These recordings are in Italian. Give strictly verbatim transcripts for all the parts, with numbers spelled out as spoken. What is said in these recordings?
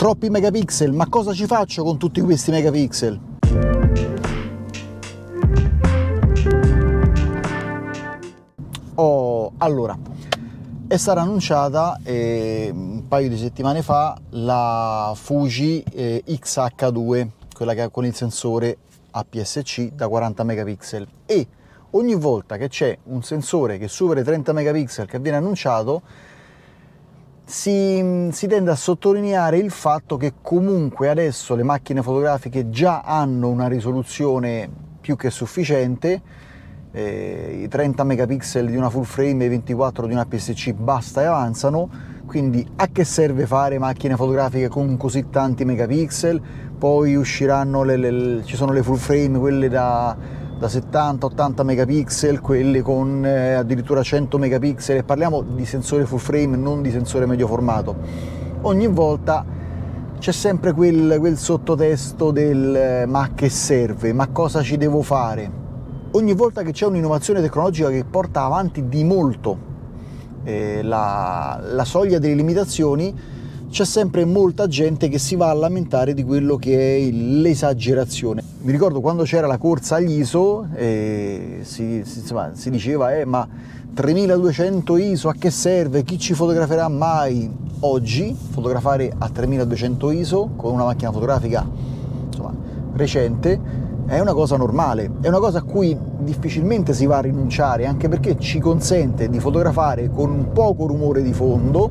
troppi megapixel, ma cosa ci faccio con tutti questi megapixel? Oh, allora, è stata annunciata eh, un paio di settimane fa la Fuji eh, X H due, quella che ha con il sensore A P S C da quaranta megapixel, e ogni volta che c'è un sensore che supera i trenta megapixel che viene annunciato si, si tende a sottolineare il fatto che comunque adesso le macchine fotografiche già hanno una risoluzione più che sufficiente. Eh, i trenta megapixel di una full frame e i ventiquattro di una A P S C basta e avanzano, quindi a che serve fare macchine fotografiche con così tanti megapixel? Poi usciranno le, le, ci sono le full frame, quelle da, da settanta ottanta megapixel, quelle con eh, addirittura cento megapixel, e parliamo di sensore full frame, non di sensore medio formato. Ogni volta c'è sempre quel, quel sottotesto del eh, ma che serve, ma cosa ci devo fare? Ogni volta che c'è un'innovazione tecnologica che porta avanti di molto eh, la, la soglia delle limitazioni, c'è sempre molta gente che si va a lamentare di quello che è l'esagerazione. Mi ricordo quando c'era la corsa agli I S O, eh, si, si, insomma, si diceva eh, ma tremiladuecento I S O a che serve? Chi ci fotograferà mai? Oggi fotografare a tremiladuecento I S O con una macchina fotografica insomma, recente è una cosa normale, è una cosa a cui difficilmente si va a rinunciare, anche perché ci consente di fotografare con poco rumore di fondo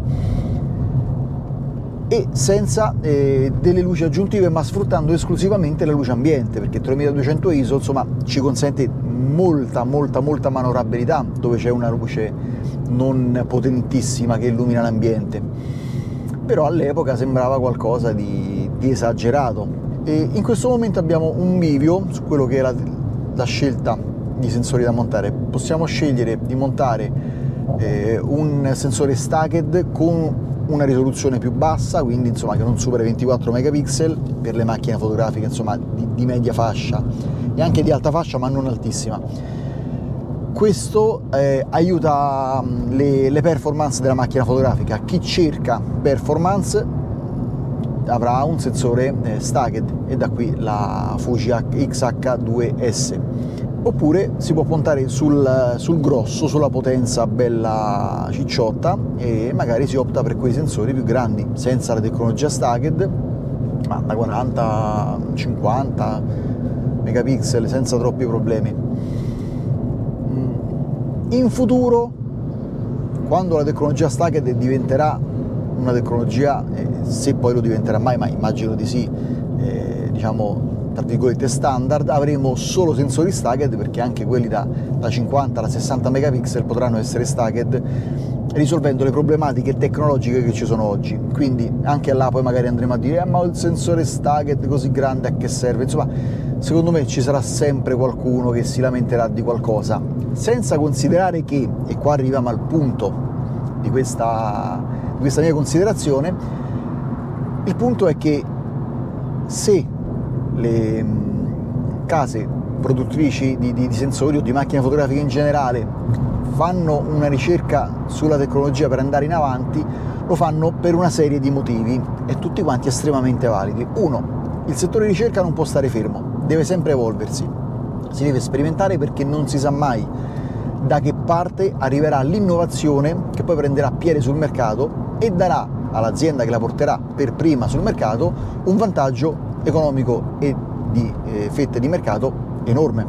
e senza eh, delle luci aggiuntive, ma sfruttando esclusivamente la luce ambiente, perché tremiladuecento I S O insomma ci consente molta molta molta manovrabilità dove c'è una luce non potentissima che illumina l'ambiente, però all'epoca sembrava qualcosa di, di esagerato. E in questo momento abbiamo un bivio su quello che è la, la scelta di sensori da montare. Possiamo scegliere di montare eh, un sensore stacked con una risoluzione più bassa, quindi insomma che non supera i ventiquattro megapixel per le macchine fotografiche insomma di, di media fascia e anche di alta fascia, ma non altissima. Questo eh, aiuta le, le performance della macchina fotografica. Chi cerca performance avrà un sensore eh, stacked, e da qui la Fuji X H due S. Oppure si può puntare sul, sul grosso, sulla potenza bella cicciotta, e magari si opta per quei sensori più grandi, senza la tecnologia stacked, ma da quaranta cinquanta megapixel senza troppi problemi. In futuro, quando la tecnologia stacked diventerà una tecnologia, eh, se poi lo diventerà mai, ma immagino di sì, eh, diciamo tra virgolette standard, avremo solo sensori stacked, perché anche quelli da, da cinquanta a sessanta megapixel potranno essere stacked, risolvendo le problematiche tecnologiche che ci sono oggi. Quindi anche là poi magari andremo a dire eh, ma il sensore stacked così grande a che serve? Insomma, secondo me ci sarà sempre qualcuno che si lamenterà di qualcosa, senza considerare che, e qua arriviamo al punto di questa questa mia considerazione, il punto è che se le case produttrici di, di, di sensori o di macchine fotografiche in generale fanno una ricerca sulla tecnologia per andare in avanti, lo fanno per una serie di motivi, e tutti quanti estremamente validi. Uno, il settore di ricerca non può stare fermo, deve sempre evolversi, si deve sperimentare, perché non si sa mai da che parte arriverà l'innovazione che poi prenderà piede sul mercato e darà all'azienda che la porterà per prima sul mercato un vantaggio economico e di eh, fette di mercato enorme.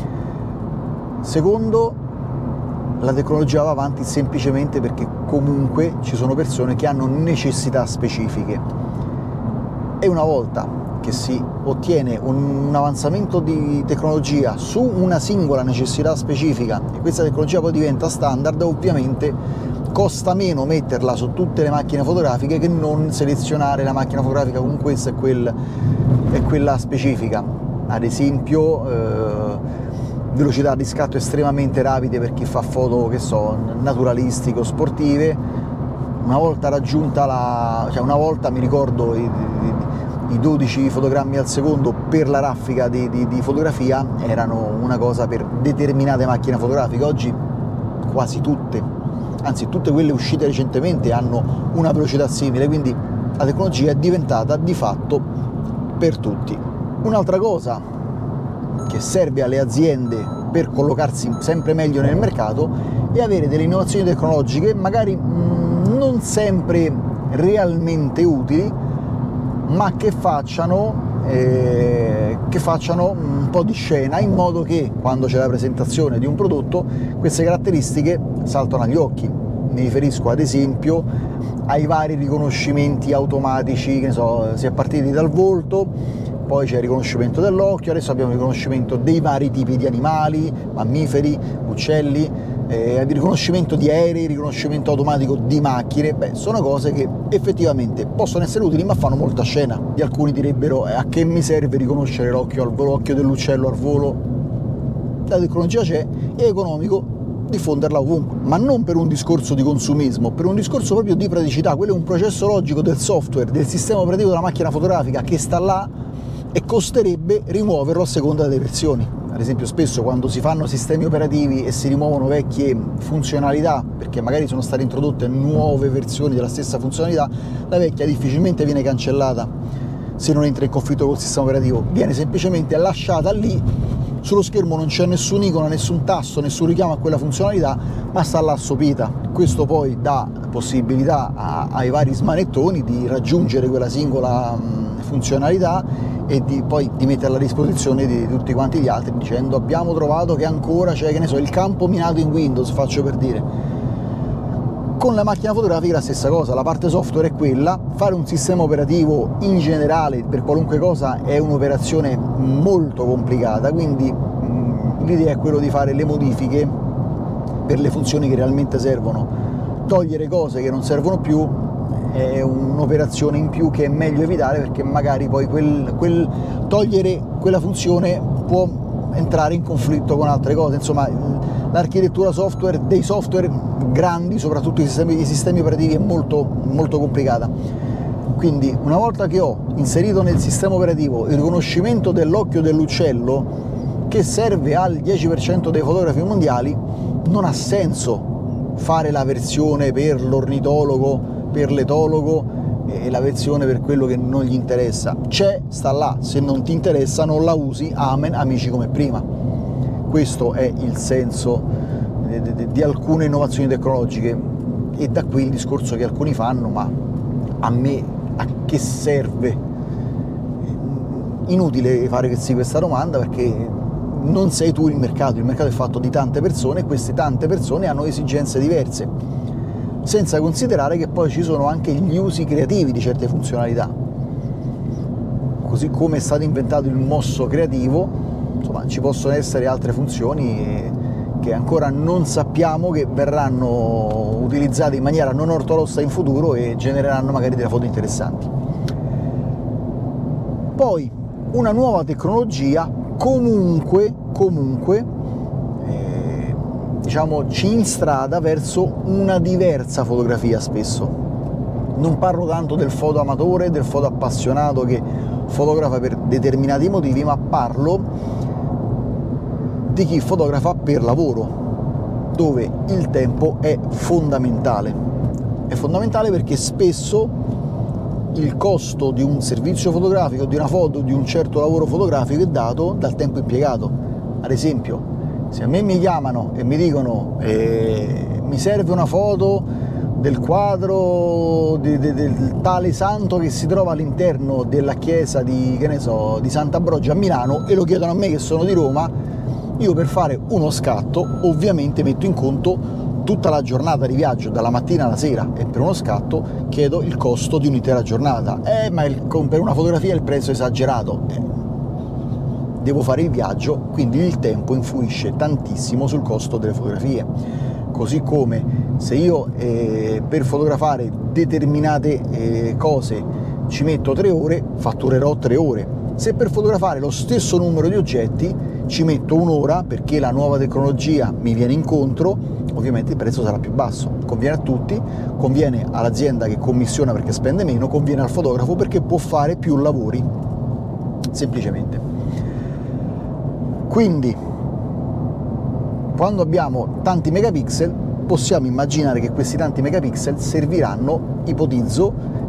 Secondo, la tecnologia va avanti semplicemente perché comunque ci sono persone che hanno necessità specifiche, e una volta che si ottiene un avanzamento di tecnologia su una singola necessità specifica e questa tecnologia poi diventa standard, ovviamente costa meno metterla su tutte le macchine fotografiche che non selezionare la macchina fotografica con questa e, quel, e quella specifica. Ad esempio eh, velocità di scatto estremamente rapide per chi fa foto, che so, naturalistiche o sportive. Una volta raggiunta la... cioè una volta mi ricordo i, i, i dodici fotogrammi al secondo per la raffica di, di, di fotografia erano una cosa per determinate macchine fotografiche. Oggi quasi tutte, anzi tutte quelle uscite recentemente hanno una velocità simile, quindi la tecnologia è diventata di fatto per tutti. Un'altra cosa che serve alle aziende per collocarsi sempre meglio nel mercato è avere delle innovazioni tecnologiche magari mh, non sempre realmente utili, ma che facciano Eh, che facciano un po' di scena, in modo che quando c'è la presentazione di un prodotto queste caratteristiche saltano agli occhi. Mi riferisco ad esempio ai vari riconoscimenti automatici, che ne so, si è partiti dal volto, poi c'è il riconoscimento dell'occhio, adesso abbiamo il riconoscimento dei vari tipi di animali, mammiferi, uccelli, eh, il riconoscimento di aerei, il riconoscimento automatico di macchine. Beh, sono cose che effettivamente possono essere utili ma fanno molta scena. Gli alcuni direbbero eh, a che mi serve riconoscere l'occhio al volo, l'occhio dell'uccello al volo? La tecnologia c'è, è economico diffonderla ovunque, ma non per un discorso di consumismo, per un discorso proprio di praticità. Quello è un processo logico del software, del sistema operativo della macchina fotografica che sta là e costerebbe rimuoverlo a seconda delle versioni. Ad esempio, spesso quando si fanno sistemi operativi e si rimuovono vecchie funzionalità, perché magari sono state introdotte nuove versioni della stessa funzionalità, la vecchia difficilmente viene cancellata se non entra in conflitto col sistema operativo, viene semplicemente lasciata lì. Sullo schermo non c'è nessun icono, nessun tasto, nessun richiamo a quella funzionalità, ma sta là assopita. Questo poi dà possibilità a, ai vari smanettoni di raggiungere quella singola mh, funzionalità e di, poi di metterla a disposizione di, di tutti quanti gli altri, dicendo abbiamo trovato che ancora c'è, che ne so, il campo minato in Windows, faccio per dire. Con la macchina fotografica la stessa cosa, la parte software è quella, fare un sistema operativo in generale per qualunque cosa è un'operazione molto complicata, quindi mh, l'idea è quello di fare le modifiche per le funzioni che realmente servono. Togliere cose che non servono più è un'operazione in più che è meglio evitare, perché magari poi quel, quel togliere quella funzione può entrare in conflitto con altre cose. Insomma, l'architettura software dei software grandi, soprattutto i sistemi, i sistemi operativi, è molto, molto complicata. Quindi una volta che ho inserito nel sistema operativo il riconoscimento dell'occhio dell'uccello, che serve al dieci per cento dei fotografi mondiali, non ha senso fare la versione per l'ornitologo, per l'etologo e la versione per quello che non gli interessa. C'è, sta là, se non ti interessa non la usi, amen, amici come prima. Questo è il senso di, di, di alcune innovazioni tecnologiche, e da qui il discorso che alcuni fanno: ma a me a che serve? Inutile fare sì questa domanda, perché non sei tu il mercato, il mercato è fatto di tante persone e queste tante persone hanno esigenze diverse, senza considerare che poi ci sono anche gli usi creativi di certe funzionalità. Così come è stato inventato il mosso creativo, insomma, ci possono essere altre funzioni che ancora non sappiamo, che verranno utilizzate in maniera non ortodossa in futuro e genereranno magari delle foto interessanti. Poi una nuova tecnologia comunque, comunque eh, diciamo ci instrada verso una diversa fotografia spesso. Non parlo tanto del foto amatore, del foto appassionato che fotografa per determinati motivi, ma parlo di chi fotografa per lavoro, dove il tempo è fondamentale. È fondamentale perché spesso il costo di un servizio fotografico, di una foto, di un certo lavoro fotografico è dato dal tempo impiegato. Ad esempio, se a me mi chiamano e mi dicono eh, mi serve una foto del quadro di, di, del tale santo che si trova all'interno della chiesa di, che ne so, di Sant'Ambrogio a Milano, e lo chiedono a me che sono di Roma, io per fare uno scatto ovviamente metto in conto tutta la giornata di viaggio, dalla mattina alla sera, e per uno scatto chiedo il costo di un'intera giornata. Eh, ma il, per una fotografia il prezzo è esagerato. Eh, devo fare il viaggio, quindi il tempo influisce tantissimo sul costo delle fotografie. Così come se io eh, per fotografare determinate eh, cose ci metto tre ore, fatturerò tre ore. Se per fotografare lo stesso numero di oggetti ci metto un'ora, perché la nuova tecnologia mi viene incontro, ovviamente il prezzo sarà più basso. Conviene a tutti, conviene all'azienda che commissiona perché spende meno, conviene al fotografo perché può fare più lavori, semplicemente. Quindi, quando abbiamo tanti megapixel, possiamo immaginare che questi tanti megapixel serviranno, ipotizzo,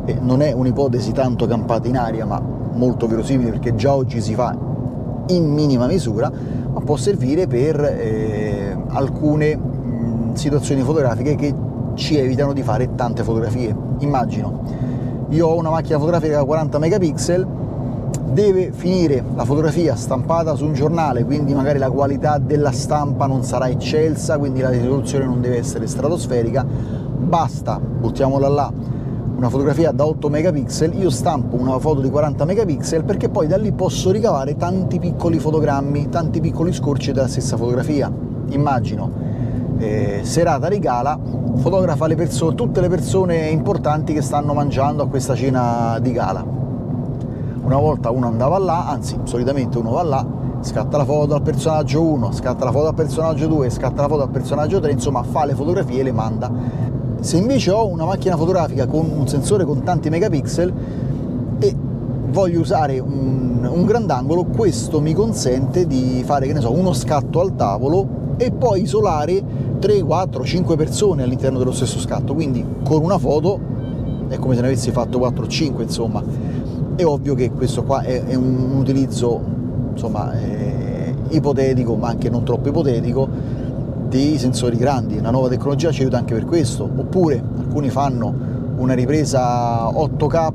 e non è un'ipotesi tanto campata in aria, ma molto verosimile, perché già oggi si fa in minima misura, ma può servire per eh, alcune mh, situazioni fotografiche che ci evitano di fare tante fotografie. Immagino, io ho una macchina fotografica da quaranta megapixel, deve finire la fotografia stampata su un giornale, quindi magari la qualità della stampa non sarà eccelsa, quindi la risoluzione non deve essere stratosferica, basta, buttiamola là, una fotografia da otto megapixel, io stampo una foto di quaranta megapixel, perché poi da lì posso ricavare tanti piccoli fotogrammi, tanti piccoli scorci della stessa fotografia. Immagino, eh, serata di gala, fotografa le persone, tutte le persone importanti che stanno mangiando a questa cena di gala. Una volta uno andava là, anzi solitamente uno va là, scatta la foto al personaggio uno, scatta la foto al personaggio due, scatta la foto al personaggio tre, insomma fa le fotografie e le manda. Se invece ho una macchina fotografica con un sensore con tanti megapixel e voglio usare un, un grandangolo, questo mi consente di fare, che ne so, uno scatto al tavolo e poi isolare tre, quattro, cinque persone all'interno dello stesso scatto, quindi con una foto è come se ne avessi fatto quattro o cinque, insomma. È ovvio che questo qua è, è un utilizzo, insomma, eh, ipotetico, ma anche non troppo ipotetico, dei sensori grandi. Una nuova tecnologia ci aiuta anche per questo. Oppure alcuni fanno una ripresa otto K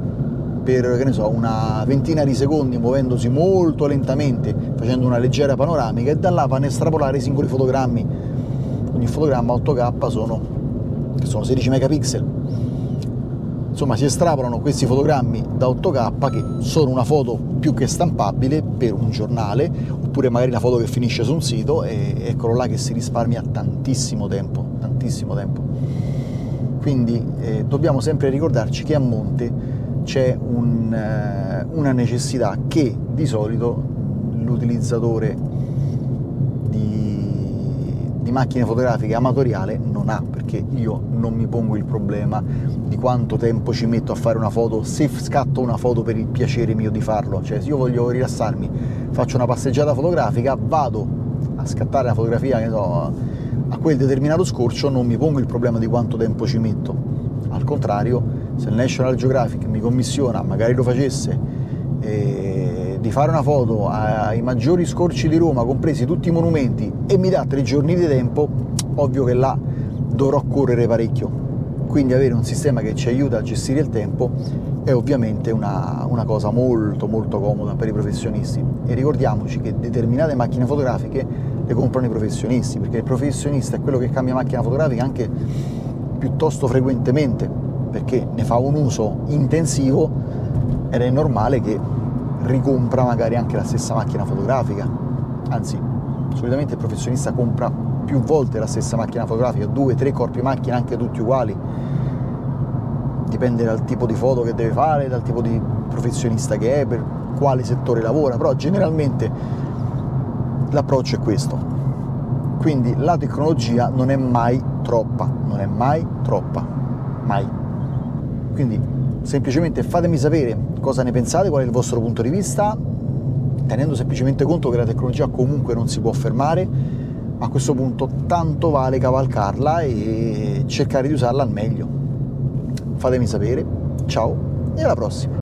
per, che ne so, una ventina di secondi, muovendosi molto lentamente, facendo una leggera panoramica, e da là vanno a estrapolare i singoli fotogrammi. Ogni fotogramma otto K sono, sono sedici megapixel. Insomma, si estrapolano questi fotogrammi da otto K, che sono una foto più che stampabile per un giornale, oppure magari la foto che finisce su un sito, e eccolo là che si risparmia tantissimo tempo, tantissimo tempo. Quindi eh, dobbiamo sempre ricordarci che a monte c'è un, eh, una necessità che di solito l'utilizzatore di, di macchine fotografiche amatoriale non ha, perché io non mi pongo il problema di quanto tempo ci metto a fare una foto, se scatto una foto per il piacere mio di farlo. Cioè, se io voglio rilassarmi, faccio una passeggiata fotografica, vado a scattare la fotografia, che so, a quel determinato scorcio, non mi pongo il problema di quanto tempo ci metto. Al contrario, se il National Geographic mi commissiona, magari lo facesse, eh, di fare una foto ai maggiori scorci di Roma, compresi tutti i monumenti, e mi dà tre giorni di tempo, ovvio che là dovrò correre parecchio. Quindi avere un sistema che ci aiuta a gestire il tempo è ovviamente una, una cosa molto molto comoda per i professionisti. E ricordiamoci che determinate macchine fotografiche le comprano i professionisti, perché il professionista è quello che cambia macchina fotografica anche piuttosto frequentemente, perché ne fa un uso intensivo ed è normale che ricompra magari anche la stessa macchina fotografica. Anzi, solitamente il professionista compra più volte la stessa macchina fotografica, due, tre corpi macchina, anche tutti uguali. Dipende dal tipo di foto che deve fare, dal tipo di professionista che è, per quale settore lavora, però generalmente l'approccio è questo. Quindi la tecnologia non è mai troppa, non è mai troppa, mai. Quindi semplicemente fatemi sapere cosa ne pensate, qual è il vostro punto di vista, tenendo semplicemente conto che la tecnologia comunque non si può fermare. A questo punto tanto vale cavalcarla e cercare di usarla al meglio. Fatemi sapere, ciao e alla prossima!